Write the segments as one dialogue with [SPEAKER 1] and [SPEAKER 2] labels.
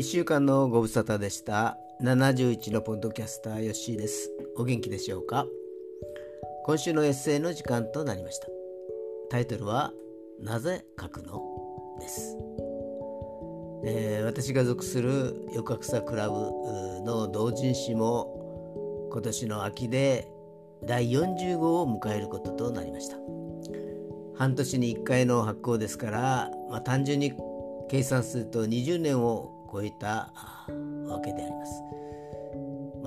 [SPEAKER 1] 1週間のご無沙汰でした。71のポッドキャスターヨッシーです。お元気でしょうか。今週のエッセイの時間となりました。タイトルはなぜ書くのです。私が属する横草クラブの同人誌も今年の秋で第40号を迎えることとなりました。半年に1回の発行ですから、単純に計算すると20年を超えたわけであります。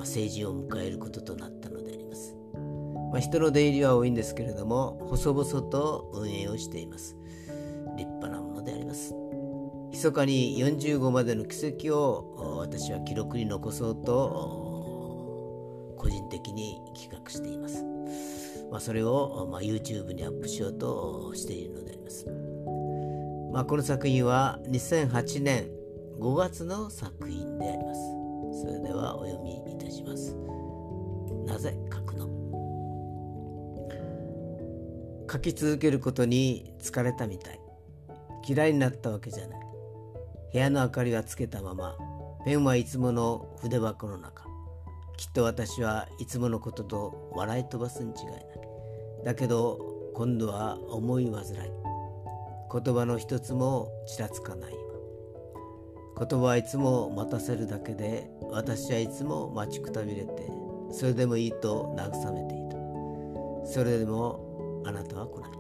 [SPEAKER 1] 成人を迎えることとなったのであります。人の出入りは多いんですけれども、細々と運営をしています。立派なものであります。密かに40号までの軌跡を私は記録に残そうと個人的に企画しています。それをYouTube にアップしようとしているのであります。この作品は2008年5月の作品であります。それではお読みいたします。なぜ書くの。書き続けることに疲れたみたい。嫌いになったわけじゃない。部屋の明かりはつけたまま、ペンはいつもの筆箱の中。きっと私はいつものことと笑い飛ばすに違いない。だけど今度は思い煩い。言葉の一つもちらつかないわ。言葉はいつも待たせるだけで、私はいつも待ちくたびれて、それでもいいと慰めていた。それでもあなたは来ない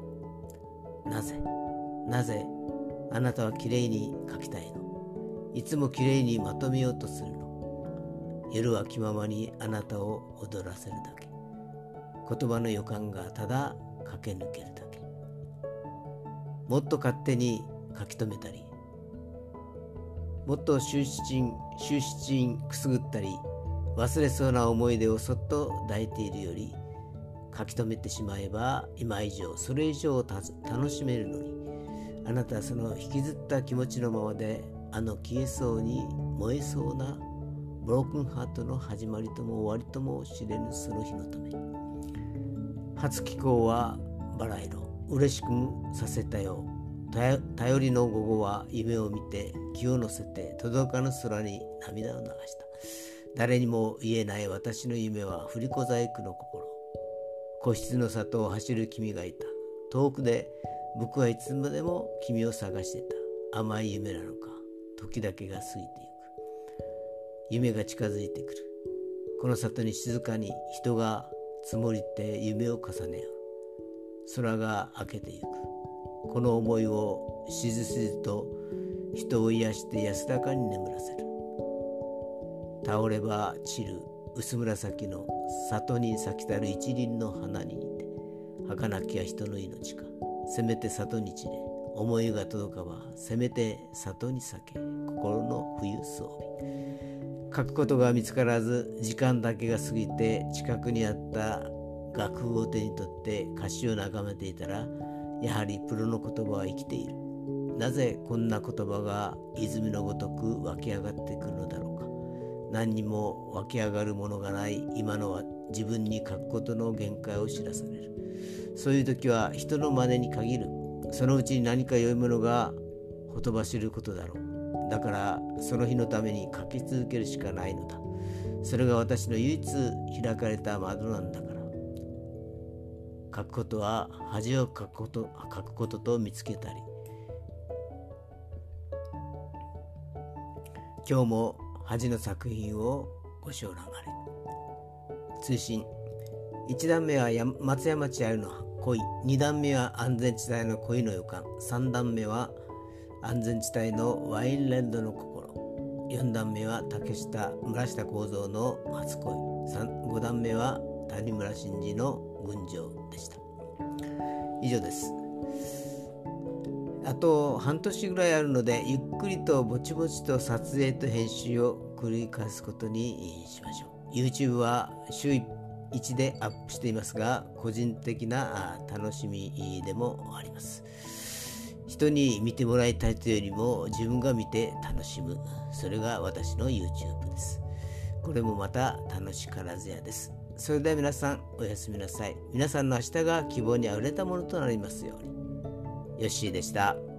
[SPEAKER 1] 。なぜあなたはきれいに書きたいの。いつもきれいにまとめようとするの。夜は気ままにあなたを踊らせるだけ。言葉の予感がただ駆け抜けるだけ。もっと勝手に書き留めたり、もっと羞恥心くすぐったり、忘れそうな思い出をそっと抱いているより、書き留めてしまえば今以上それ以上楽しめるのに、あなたはその引きずった気持ちのままで、消えそうに燃えそうなブロークンハートの始まりとも終わりとも知れぬその日のため、初寄稿はバラ色、嬉しくさせたよ。頼りの午後は夢を見て、気を乗せて届かぬ空に涙を流した。誰にも言えない私の夢は振り小細工の心。個室の里を走る君がいた。遠くで僕はいつまでも君を探していた。甘い夢なのか、時だけが過ぎていく。夢が近づいてくる。この里に静かに人が積もりて夢を重ねよう。空が明けていく。この思いをしずしずと人を癒して安らかに眠らせる。倒れば散る薄紫の里に咲きたる一輪の花に似て、儚きは人の命か。せめて里に散れ、思いが届かばせめて里に咲け、心の冬装備。書くことが見つからず、時間だけが過ぎて、近くにあった楽譜を手に取って歌詞を眺めていたら、やはりプロの言葉は生きている。なぜこんな言葉が泉のごとく湧き上がってくるのだろうか。何にも湧き上がるものがない今のは、自分に書くことの限界を知らされる。そういう時は人の真似に限る。そのうちに何か良いものがほとばしることだろう。だからその日のために書き続けるしかないのだ。それが私の唯一開かれた窓なんだから。書くことは恥を書くことと見つけたり。今日も恥の作品をご賞覧あれ。通信。1段目は松山千春の恋、2段目は安全地帯の恋の予感、3段目は安全地帯のワインレッドの心、4段目は村下幸三の初恋、5段目は谷村新司の群青でした。以上です。あと半年ぐらいあるので、ゆっくりとぼちぼちと撮影と編集を繰り返すことにしましょう。 YouTube は週1でアップしていますが、個人的な楽しみでもあります。人に見てもらいたいというよりも、自分が見て楽しむ、それが私の YouTube です。これもまた楽しからずやです。それでは皆さん、おやすみなさい。皆さんの明日が希望にあふれたものとなりますように。ヨッシーでした。